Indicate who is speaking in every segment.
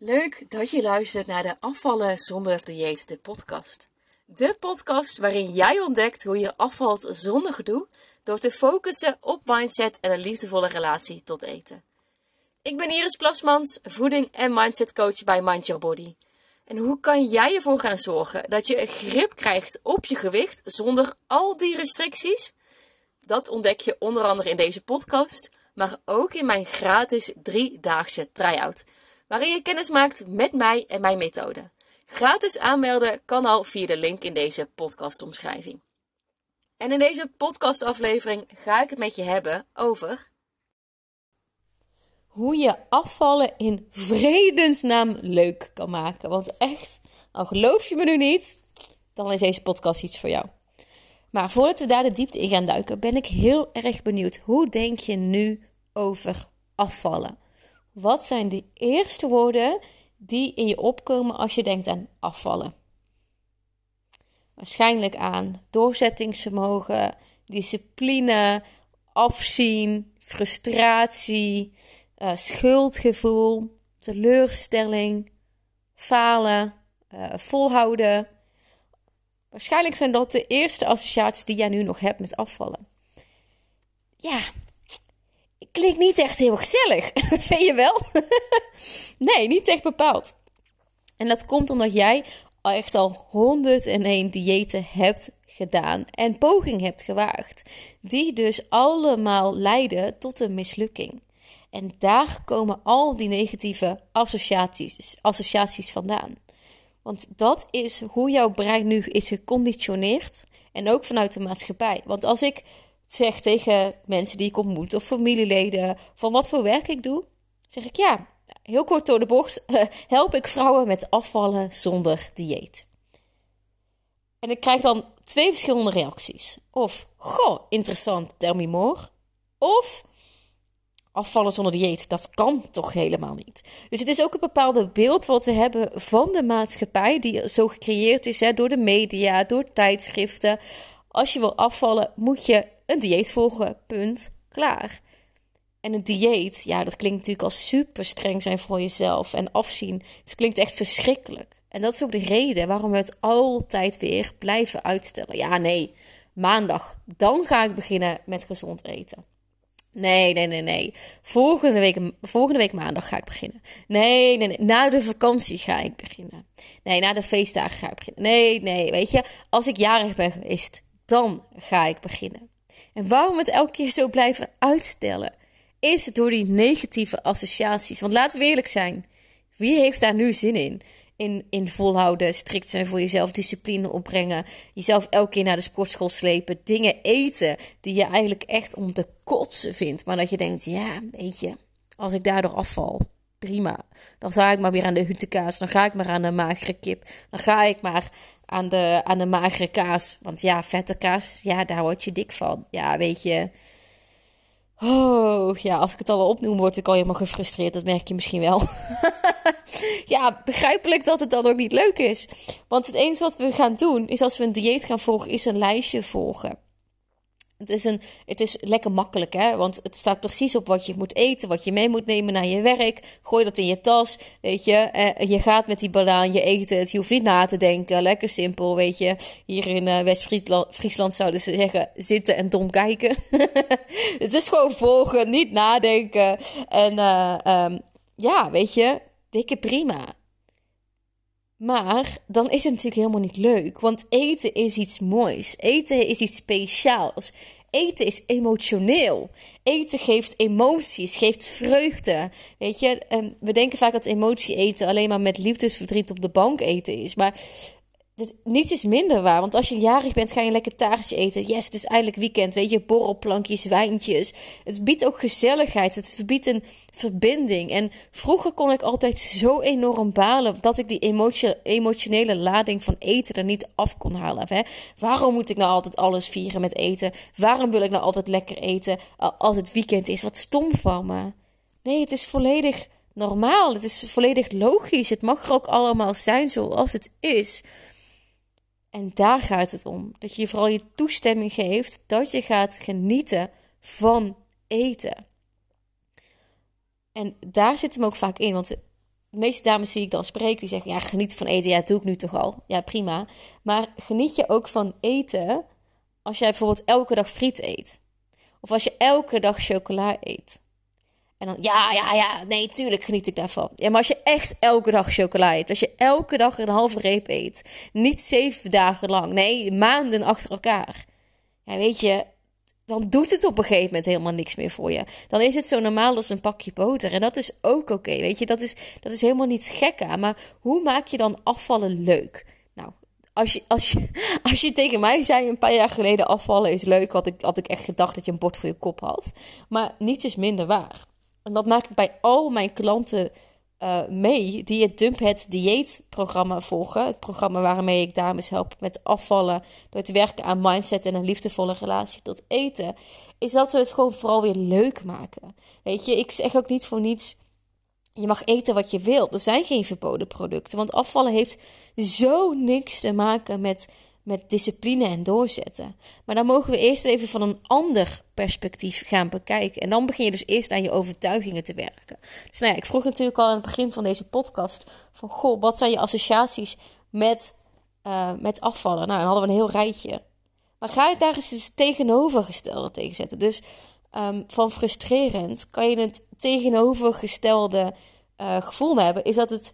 Speaker 1: Leuk dat je luistert naar de Afvallen zonder dieet, de podcast. De podcast waarin jij ontdekt hoe je afvalt zonder gedoe door te focussen op mindset en een liefdevolle relatie tot eten. Ik ben Iris Plasmans, voeding- en mindset coach bij Mind Your Body. En hoe kan jij ervoor gaan zorgen dat je een grip krijgt op je gewicht zonder al die restricties? Dat ontdek je onder andere in deze podcast, maar ook in mijn gratis 3-daagse try-out, waarin je kennis maakt met mij en mijn methode. Gratis aanmelden kan al via de link in deze podcastomschrijving. En in deze podcastaflevering ga ik het met je hebben over hoe je afvallen in vredesnaam leuk kan maken. Want echt, al geloof je me nu niet, dan is deze podcast iets voor jou. Maar voordat we daar de diepte in gaan duiken, ben ik heel erg benieuwd. Hoe denk je nu over afvallen? Wat zijn de eerste woorden die in je opkomen als je denkt aan afvallen? Waarschijnlijk aan doorzettingsvermogen, discipline, afzien, frustratie, schuldgevoel, teleurstelling, falen, volhouden. Waarschijnlijk zijn dat de eerste associaties die jij nu nog hebt met afvallen. Ja, klinkt niet echt heel gezellig. Vind je wel? Nee, niet echt bepaald. En dat komt omdat jij echt al 101 diëten hebt gedaan en poging hebt gewaagd. Die dus allemaal leiden tot een mislukking. En daar komen al die negatieve associaties vandaan. Want dat is hoe jouw brein nu is geconditioneerd. En ook vanuit de maatschappij. Want als ik zeg tegen mensen die ik ontmoet of familieleden van wat voor werk ik doe, zeg ik ja, heel kort door de bocht, help ik vrouwen met afvallen zonder dieet. En ik krijg dan 2 verschillende reacties. Of, goh, interessant, tell me more. Of, afvallen zonder dieet, dat kan toch helemaal niet. Dus het is ook een bepaalde beeld wat we hebben van de maatschappij, die zo gecreëerd is door de media, door tijdschriften. Als je wil afvallen, moet je een dieet volgen, punt, klaar. En een dieet, ja, dat klinkt natuurlijk als super streng zijn voor jezelf en afzien. Het klinkt echt verschrikkelijk. En dat is ook de reden waarom we het altijd weer blijven uitstellen. Ja, nee, maandag, dan ga ik beginnen met gezond eten. Nee. Volgende week maandag ga ik beginnen. Nee. Na de vakantie ga ik beginnen. Nee, na de feestdagen ga ik beginnen. Nee. Weet je, als ik jarig ben geweest, dan ga ik beginnen. En waarom we het elke keer zo blijven uitstellen, is door die negatieve associaties. Want laten we eerlijk zijn, wie heeft daar nu zin in? In volhouden, strikt zijn voor jezelf, discipline opbrengen, jezelf elke keer naar de sportschool slepen, dingen eten die je eigenlijk echt om te kotsen vindt. Maar dat je denkt, ja, weet je, als ik daardoor afval, prima. Dan ga ik maar weer aan de huttenkaas, dan ga ik maar aan de magere kip, dan ga ik maar aan de magere kaas. Want ja, vette kaas, ja, daar word je dik van. Ja, weet je. Oh, ja, als ik het al opnoem, word ik al helemaal gefrustreerd. Dat merk je misschien wel. Ja, begrijpelijk dat het dan ook niet leuk is. Want het enige wat we gaan doen, is als we een dieet gaan volgen, is een lijstje volgen. Het is lekker makkelijk, hè? Want het staat precies op wat je moet eten, wat je mee moet nemen naar je werk. Gooi dat in je tas, weet je. Je gaat met die banaan, je eet het. Je hoeft niet na te denken. Lekker simpel, weet je. Hier in West-Friesland zouden ze zeggen, zitten en dom kijken. Het is gewoon volgen, niet nadenken. En ja, weet je, dikke prima. Maar dan is het natuurlijk helemaal niet leuk. Want eten is iets moois. Eten is iets speciaals. Eten is emotioneel. Eten geeft emoties, geeft vreugde. Weet je, we denken vaak dat emotie eten alleen maar met liefdesverdriet op de bank eten is. Maar niets is minder waar. Want als je jarig bent, ga je een lekker taartje eten. Yes, het is eindelijk weekend. Weet je, borrelplankjes, wijntjes. Het biedt ook gezelligheid. Het biedt een verbinding. En vroeger kon ik altijd zo enorm balen dat ik die emotionele lading van eten er niet af kon halen. Hè? Waarom moet ik nou altijd alles vieren met eten? Waarom wil ik nou altijd lekker eten als het weekend is? Wat stom van me. Nee, het is volledig normaal. Het is volledig logisch. Het mag er ook allemaal zijn zoals het is. En daar gaat het om. Dat je vooral je toestemming geeft dat je gaat genieten van eten. En daar zit hem ook vaak in. Want de meeste dames die ik dan spreek, die zeggen, ja, geniet van eten. Ja, dat doe ik nu toch al. Ja, prima. Maar geniet je ook van eten als jij bijvoorbeeld elke dag friet eet? Of als je elke dag chocola eet? En dan, nee, tuurlijk geniet ik daarvan. Ja, maar als je echt elke dag chocola eet, als je elke dag een halve reep eet, niet 7 dagen lang, nee, maanden achter elkaar. Ja, weet je, dan doet het op een gegeven moment helemaal niks meer voor je. Dan is het zo normaal als een pakje boter. En dat is ook oké, weet je. Dat is helemaal niet gek aan. Maar hoe maak je dan afvallen leuk? Nou, als je tegen mij zei een paar jaar geleden afvallen is leuk, had ik echt gedacht dat je een bord voor je kop had. Maar niets is minder waar. En dat maak ik bij al mijn klanten mee die het Dump Het dieetprogramma volgen. Het programma waarmee ik dames help met afvallen door te werken aan mindset en een liefdevolle relatie tot eten. Is dat we het gewoon vooral weer leuk maken. Weet je, ik zeg ook niet voor niets, je mag eten wat je wilt. Er zijn geen verboden producten. Want afvallen heeft zo niks te maken met discipline en doorzetten. Maar dan mogen we eerst even van een ander perspectief gaan bekijken. En dan begin je dus eerst aan je overtuigingen te werken. Dus nou ja, ik vroeg natuurlijk al aan het begin van deze podcast van, goh, wat zijn je associaties met afvallen? Nou, dan hadden we een heel rijtje. Maar ga je daar eens het tegenovergestelde tegen zetten. Dus van frustrerend kan je het tegenovergestelde gevoel hebben. Is dat het,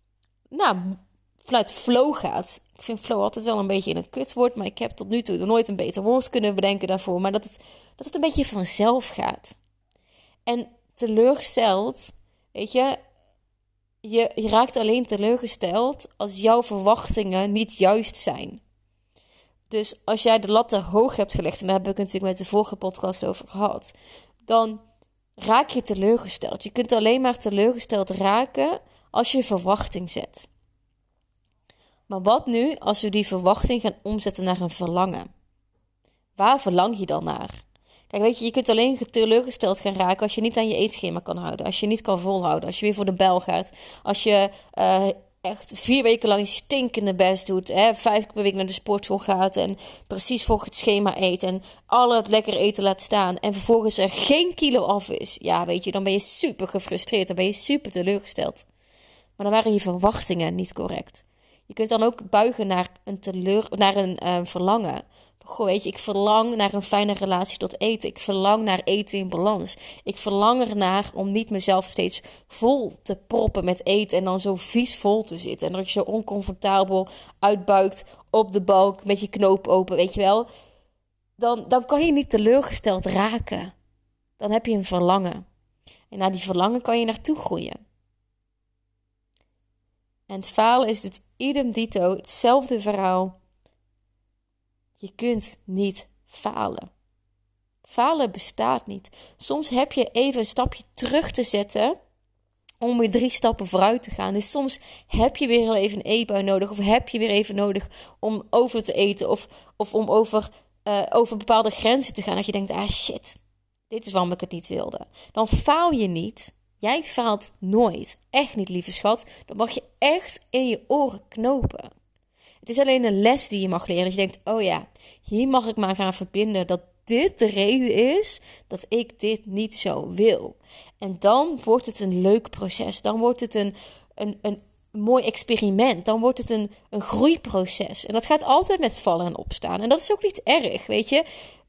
Speaker 1: vanuit flow gaat. Ik vind flow altijd wel een beetje een kutwoord, maar ik heb tot nu toe nog nooit een beter woord kunnen bedenken daarvoor. Maar dat het een beetje vanzelf gaat. En teleurgesteld, weet je, je raakt alleen teleurgesteld als jouw verwachtingen niet juist zijn. Dus als jij de lat te hoog hebt gelegd, en daar heb ik natuurlijk met de vorige podcast over gehad, dan raak je teleurgesteld. Je kunt alleen maar teleurgesteld raken als je verwachting zet. Maar wat nu als we die verwachting gaan omzetten naar een verlangen? Waar verlang je dan naar? Kijk, weet je, je kunt alleen teleurgesteld gaan raken als je niet aan je eetschema kan houden. Als je niet kan volhouden. Als je weer voor de bel gaat. Als je echt 4 weken lang stinkende best doet. 5 keer per week naar de sportschool gaat. En precies volgens het schema eet. En al het lekker eten laat staan. En vervolgens er geen kilo af is. Ja, weet je, dan ben je super gefrustreerd. Dan ben je super teleurgesteld. Maar dan waren je verwachtingen niet correct. Je kunt dan ook buigen naar een verlangen. Goh, weet je, ik verlang naar een fijne relatie tot eten. Ik verlang naar eten in balans. Ik verlang ernaar om niet mezelf steeds vol te proppen met eten en dan zo vies vol te zitten. En dat je zo oncomfortabel uitbuikt op de balk met je knoop open, weet je wel. Dan kan je niet teleurgesteld raken. Dan heb je een verlangen. En naar die verlangen kan je naartoe groeien. En het falen is het idem dito, hetzelfde verhaal. Je kunt niet falen. Falen bestaat niet. Soms heb je even een stapje terug te zetten om weer 3 stappen vooruit te gaan. Dus soms heb je weer even een eetbui nodig. Of heb je weer even nodig om over te eten. Of om over bepaalde grenzen te gaan. Dat je denkt, shit, dit is waarom ik het niet wilde. Dan faal je niet. Jij faalt nooit. Echt niet, lieve schat. Dan mag je echt in je oren knopen. Het is alleen een les die je mag leren. Dat je denkt, oh ja, hier mag ik maar gaan verbinden dat dit de reden is dat ik dit niet zo wil. En dan wordt het een leuk proces. Dan wordt het een mooi experiment. Dan wordt het een groeiproces. En dat gaat altijd met vallen en opstaan. En dat is ook niet erg, weet je.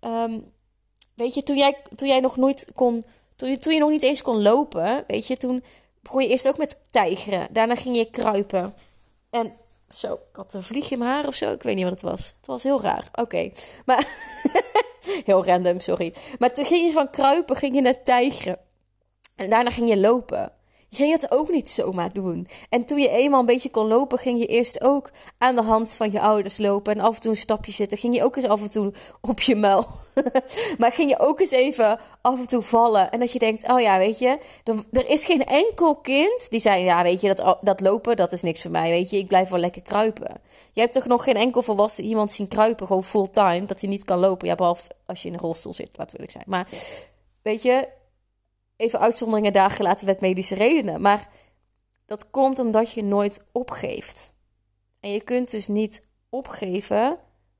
Speaker 1: Weet je, toen jij nog nooit kon... Toen je nog niet eens kon lopen, weet je, toen begon je eerst ook met tijgeren. Daarna ging je kruipen. En zo, ik had een vliegje in mijn haar of zo. Ik weet niet wat het was. Het was heel raar. Oké. Maar heel random, sorry. Maar toen ging je van kruipen, ging je naar tijgeren. En daarna ging je lopen. Je ging het ook niet zomaar doen. En toen je eenmaal een beetje kon lopen, ging je eerst ook aan de hand van je ouders lopen. En af en toe een stapje zitten. Ging je ook eens af en toe op je muil. Maar ging je ook eens even af en toe vallen. En dat je denkt, oh ja, weet je, er is geen enkel kind die zei, ja, weet je, dat lopen, dat is niks voor mij. Weet je, ik blijf wel lekker kruipen. Je hebt toch nog geen enkel volwassen iemand zien kruipen, gewoon fulltime, dat hij niet kan lopen. Ja, behalve als je in een rolstoel zit, laten we eerlijk zijn. Maar, weet je, even uitzonderingen daar gelaten met medische redenen. Maar dat komt omdat je nooit opgeeft. En je kunt dus niet opgeven.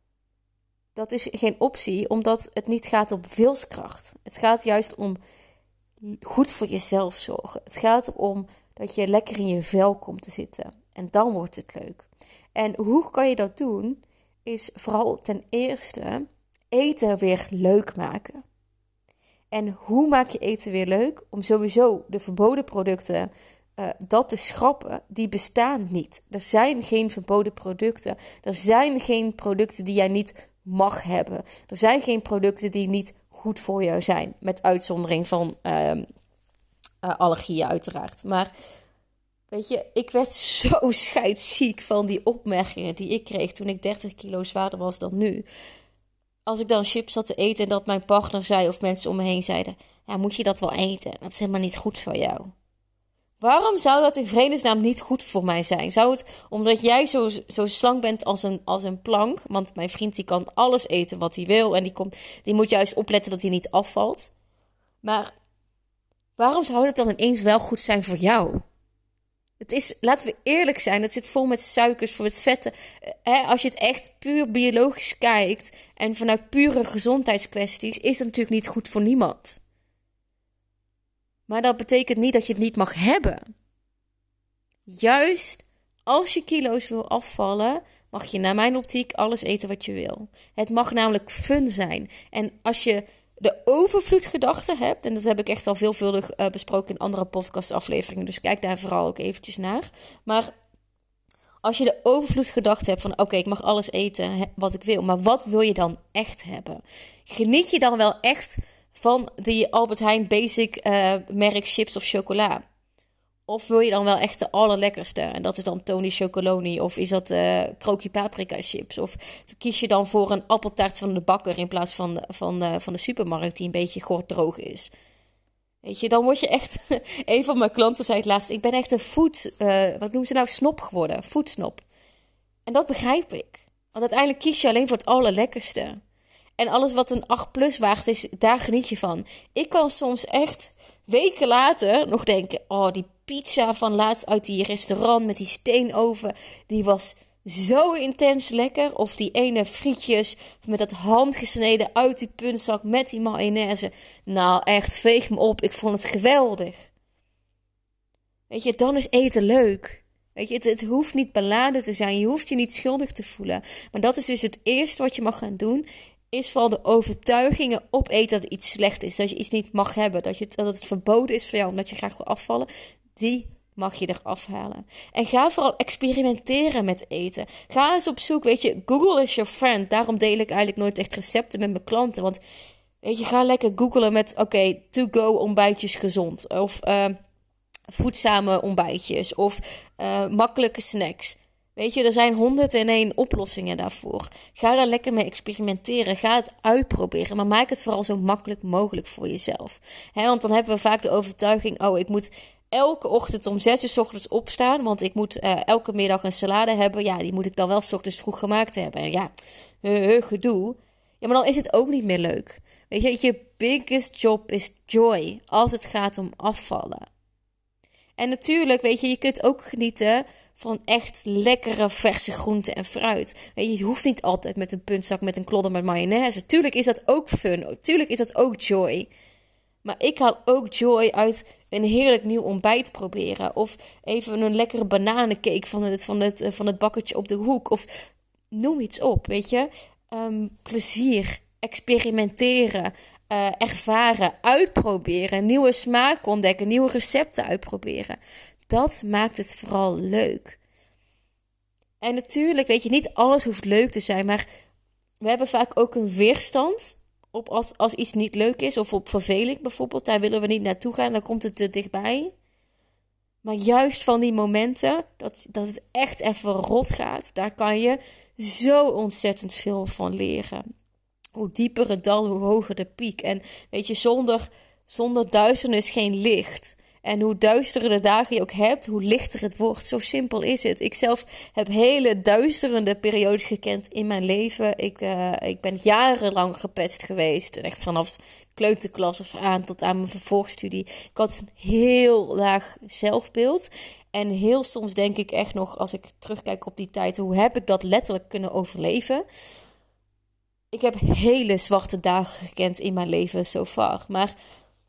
Speaker 1: Dat is geen optie, omdat het niet gaat om wilskracht. Het gaat juist om goed voor jezelf zorgen. Het gaat om dat je lekker in je vel komt te zitten. En dan wordt het leuk. En hoe kan je dat doen? Is vooral ten eerste eten weer leuk maken. En hoe maak je eten weer leuk? Om sowieso de verboden producten dat te schrappen, die bestaan niet. Er zijn geen verboden producten. Er zijn geen producten die jij niet mag hebben. Er zijn geen producten die niet goed voor jou zijn. Met uitzondering van allergieën uiteraard. Maar weet je, ik werd zo scheidsziek van die opmerkingen die ik kreeg toen ik 30 kilo zwaarder was dan nu. Als ik dan chips zat te eten en dat mijn partner zei of mensen om me heen zeiden, ja, moet je dat wel eten? Dat is helemaal niet goed voor jou. Waarom zou dat in vredesnaam niet goed voor mij zijn? Zou het omdat jij zo slank bent als een plank? Want mijn vriend die kan alles eten wat hij wil. En die moet juist opletten dat hij niet afvalt. Maar waarom zou het dan ineens wel goed zijn voor jou? Het is, laten we eerlijk zijn, het zit vol met suikers, vol met vetten. Als je het echt puur biologisch kijkt en vanuit pure gezondheidskwesties, is dat natuurlijk niet goed voor niemand. Maar dat betekent niet dat je het niet mag hebben. Juist als je kilo's wil afvallen, mag je naar mijn optiek alles eten wat je wil. Het mag namelijk fun zijn. En als je de overvloedgedachte hebt, en dat heb ik echt al veelvuldig besproken in andere podcastafleveringen, dus kijk daar vooral ook eventjes naar. Maar als je de overvloedgedachte hebt van oké, ik mag alles eten wat ik wil, maar wat wil je dan echt hebben? Geniet je dan wel echt van die Albert Heijn basic merk chips of chocola? Of wil je dan wel echt de allerlekkerste? En dat is dan Tony Chocoloni. Of is dat Krookje Paprika chips? Of kies je dan voor een appeltaart van de bakker in plaats van de supermarkt die een beetje gorddroog is? Weet je, dan word je echt... Een van mijn klanten zei het laatst, ik ben echt een wat noemen ze nou? Snop geworden. Foodsnop. En dat begrijp ik. Want uiteindelijk kies je alleen voor het allerlekkerste. En alles wat een 8+ waard is, daar geniet je van. Ik kan soms echt weken later nog denken, oh, die pizza van laatst uit die restaurant met die steenoven, die was zo intens lekker. Of die ene frietjes met dat handgesneden uit die puntzak met die mayonaise. Nou, echt, veeg me op. Ik vond het geweldig. Weet je, dan is eten leuk. Weet je, het hoeft niet beladen te zijn. Je hoeft je niet schuldig te voelen. Maar dat is dus het eerste wat je mag gaan doen, is vooral de overtuigingen opeten dat iets slecht is. Dat je iets niet mag hebben. Dat het verboden is voor jou omdat je graag wil afvallen. Die mag je eraf halen. En ga vooral experimenteren met eten. Ga eens op zoek, weet je, Google is your friend. Daarom deel ik eigenlijk nooit echt recepten met mijn klanten. Want, weet je, ga lekker googlen met, to-go ontbijtjes gezond. Of voedzame ontbijtjes. Of makkelijke snacks. Weet je, er zijn 101 oplossingen daarvoor. Ga daar lekker mee experimenteren. Ga het uitproberen. Maar maak het vooral zo makkelijk mogelijk voor jezelf. Want dan hebben we vaak de overtuiging, ik moet elke ochtend om 6 uur 's ochtends opstaan. Want ik moet elke middag een salade hebben. Ja, die moet ik dan wel 's ochtends vroeg gemaakt hebben. En ja, gedoe. Ja, maar dan is het ook niet meer leuk. Weet je biggest job is joy. Als het gaat om afvallen. En natuurlijk, weet je kunt ook genieten van echt lekkere verse groenten en fruit. Weet je, je hoeft niet altijd met een puntzak met een klodder met mayonaise. Tuurlijk is dat ook fun. Tuurlijk is dat ook joy. Maar ik haal ook joy uit een heerlijk nieuw ontbijt proberen. Of even een lekkere bananencake van het bakkertje op de hoek. Of noem iets op, weet je. Plezier, experimenteren, ervaren, uitproberen. Nieuwe smaken ontdekken, nieuwe recepten uitproberen. Dat maakt het vooral leuk. En natuurlijk, weet je, niet alles hoeft leuk te zijn. Maar we hebben vaak ook een weerstand op als iets niet leuk is. Of op verveling bijvoorbeeld. Daar willen we niet naartoe gaan. Dan komt het te dichtbij. Maar juist van die momenten dat het echt even rot gaat. Daar kan je zo ontzettend veel van leren. Hoe dieper het dal, hoe hoger de piek. En weet je, zonder duisternis geen licht. En hoe duistere de dagen je ook hebt, hoe lichter het wordt. Zo simpel is het. Ik zelf heb hele duisterende periodes gekend in mijn leven. Ik ben jarenlang gepest geweest. Echt vanaf kleuterklas af aan tot aan mijn vervolgstudie. Ik had een heel laag zelfbeeld. En heel soms denk ik echt nog, als ik terugkijk op die tijd, hoe heb ik dat letterlijk kunnen overleven? Ik heb hele zwarte dagen gekend in mijn leven so far. Maar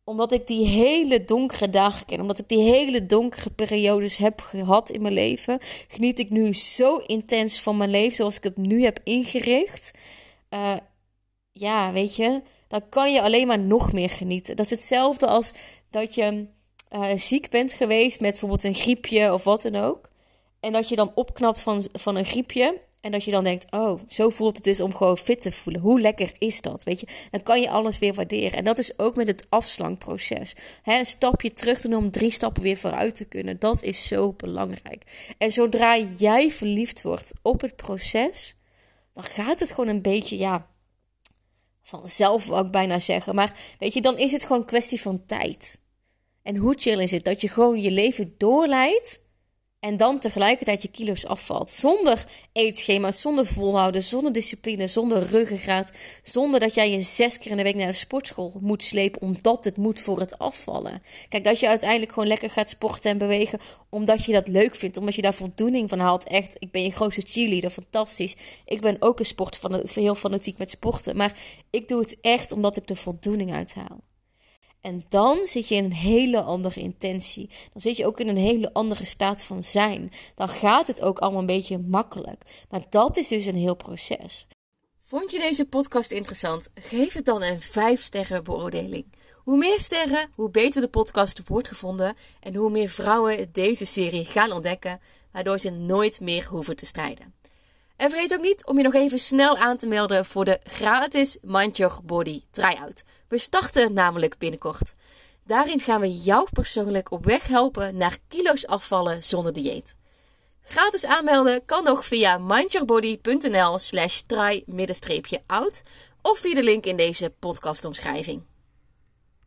Speaker 1: omdat ik die hele donkere dagen ken, omdat ik die hele donkere periodes heb gehad in mijn leven, geniet ik nu zo intens van mijn leven zoals ik het nu heb ingericht. Ja, weet je, dan kan je alleen maar nog meer genieten. Dat is hetzelfde als dat je ziek bent geweest met bijvoorbeeld een griepje of wat dan ook. En dat je dan opknapt van een griepje. En dat je dan denkt, oh, zo voelt het dus om gewoon fit te voelen. Hoe lekker is dat, weet je? Dan kan je alles weer waarderen. En dat is ook met het afslankproces. Een stapje terug doen om 3 stappen weer vooruit te kunnen. Dat is zo belangrijk. En zodra jij verliefd wordt op het proces, dan gaat het gewoon een beetje, ja, vanzelf wou ik bijna zeggen. Maar weet je, dan is het gewoon een kwestie van tijd. En hoe chill is het dat je gewoon je leven doorleidt en dan tegelijkertijd je kilo's afvalt. Zonder eetschema, zonder volhouden, zonder discipline, zonder ruggengraat. Zonder dat jij je 6 keer in de week naar de sportschool moet slepen omdat het moet voor het afvallen. Kijk, dat je uiteindelijk gewoon lekker gaat sporten en bewegen omdat je dat leuk vindt. Omdat je daar voldoening van haalt. Echt, ik ben je grootste cheerleader, fantastisch. Ik ben ook heel fanatiek met sporten. Maar ik doe het echt omdat ik er voldoening uit haal. En dan zit je in een hele andere intentie. Dan zit je ook in een hele andere staat van zijn. Dan gaat het ook allemaal een beetje makkelijk. Maar dat is dus een heel proces. Vond je deze podcast interessant? Geef het dan een 5-sterren beoordeling. Hoe meer sterren, hoe beter de podcast wordt gevonden. En hoe meer vrouwen deze serie gaan ontdekken. Waardoor ze nooit meer hoeven te strijden. En vergeet ook niet om je nog even snel aan te melden voor de gratis Mind Your Body Try-out. We starten namelijk binnenkort. Daarin gaan we jou persoonlijk op weg helpen naar kilo's afvallen zonder dieet. Gratis aanmelden kan nog via mindyourbody.nl/try_out of via de link in deze podcastomschrijving.